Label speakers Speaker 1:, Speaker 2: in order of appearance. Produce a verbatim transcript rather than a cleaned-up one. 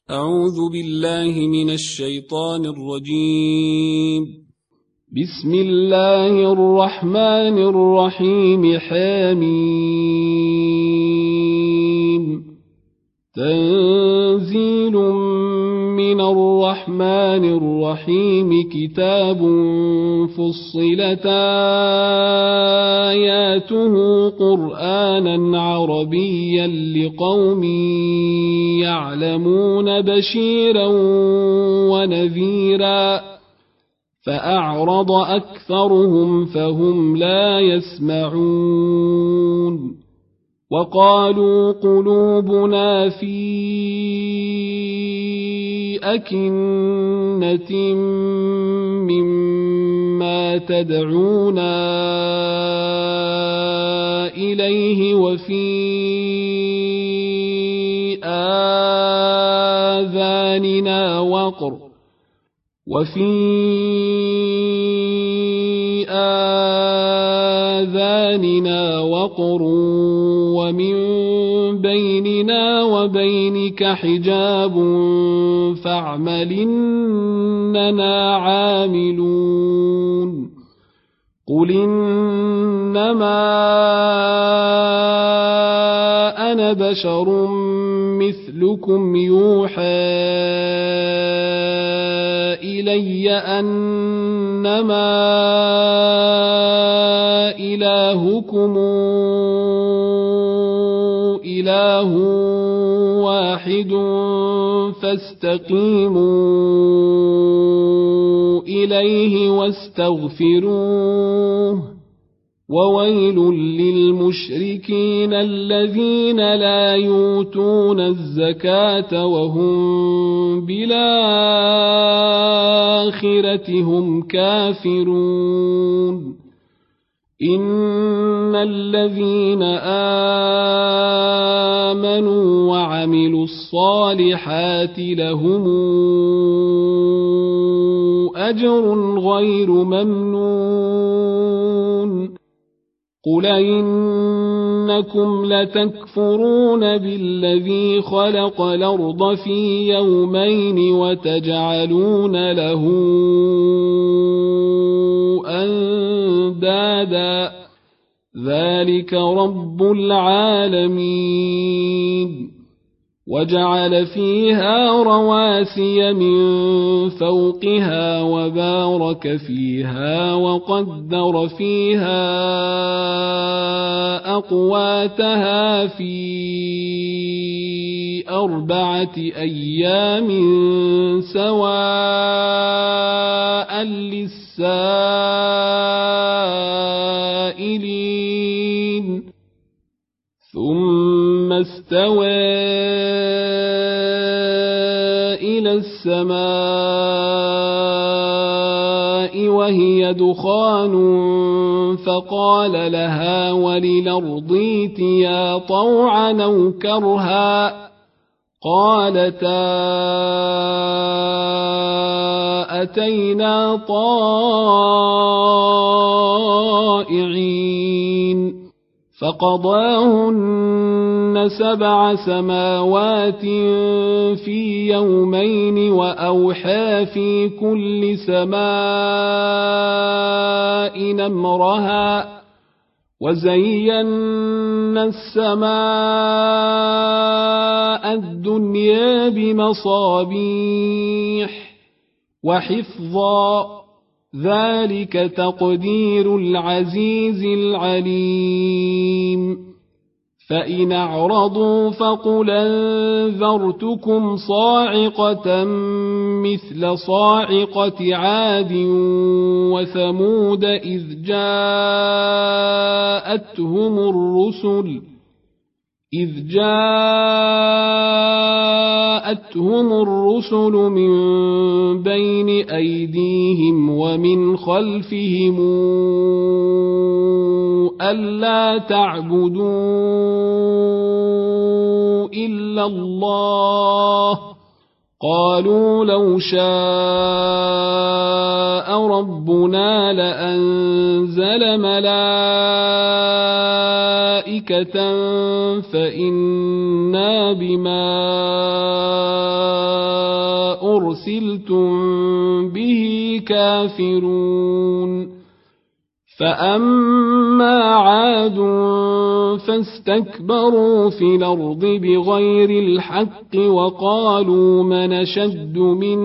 Speaker 1: أعوذ بالله من الشيطان الرجيم.
Speaker 2: بسم الله الرحمن الرحيم. حميم. تنزيل من الرحمن الرحيم. كتاب فصلت آياته قرآنا عربيا لقوم يعلمون بشيرا ونذيرا فأعرض أكثرهم فهم لا يسمعون. وقالوا قلوبنا في أكنة مما تدعونا إليه وفي آذاننا وقر وفي آذاننا وقر ومن بيننا وبينك حجاب فاعمل إننا عاملون. قل إنما أنا بشر مثلكم يوحى إلي أنما إلهكم إله واحد فاستقيموا إليه واستغفروه. وويل للمشركين الذين لا يؤتون الزكاة وهم بالآخرة هم كافرون. إن الذين آمنوا وعملوا الصالحات لهم أجر غير ممنون. قل إنكم لتكفرون بالذي خلق الأرض في يومين وتجعلون له أندادا ذلك رب العالمين. وجعل فيها رواسي من فوقها وبارك فيها وقدر فيها أقواتها في أربعة أيام سواء للسائلين. ثم استوى إلى السماء وهي دخان فقال لها وللأرض ائتيا طوعا أو كرها قالتا أتينا طائعين. فقضاهن سبع سماوات في يومين وأوحى في كل سماء أمرها وزينا السماء الدنيا بمصابيح وحفظا ذلك تقدير العزيز العليم. فإن أعرضوا فقل أنذرتكم صاعقة مثل صاعقة عاد وثمود إذ جاءتهم الرسل إذ جاءتهم الرسل من بين أيديهم ومن خلفهم ألا تعبدوا إلا الله قالوا لو شاء ربنا لأنزل ملائكة فإنا بما أرسلتم به كافرون فأما عاد فاستكبروا في الأرض بغير الحق وقالوا من أشد منا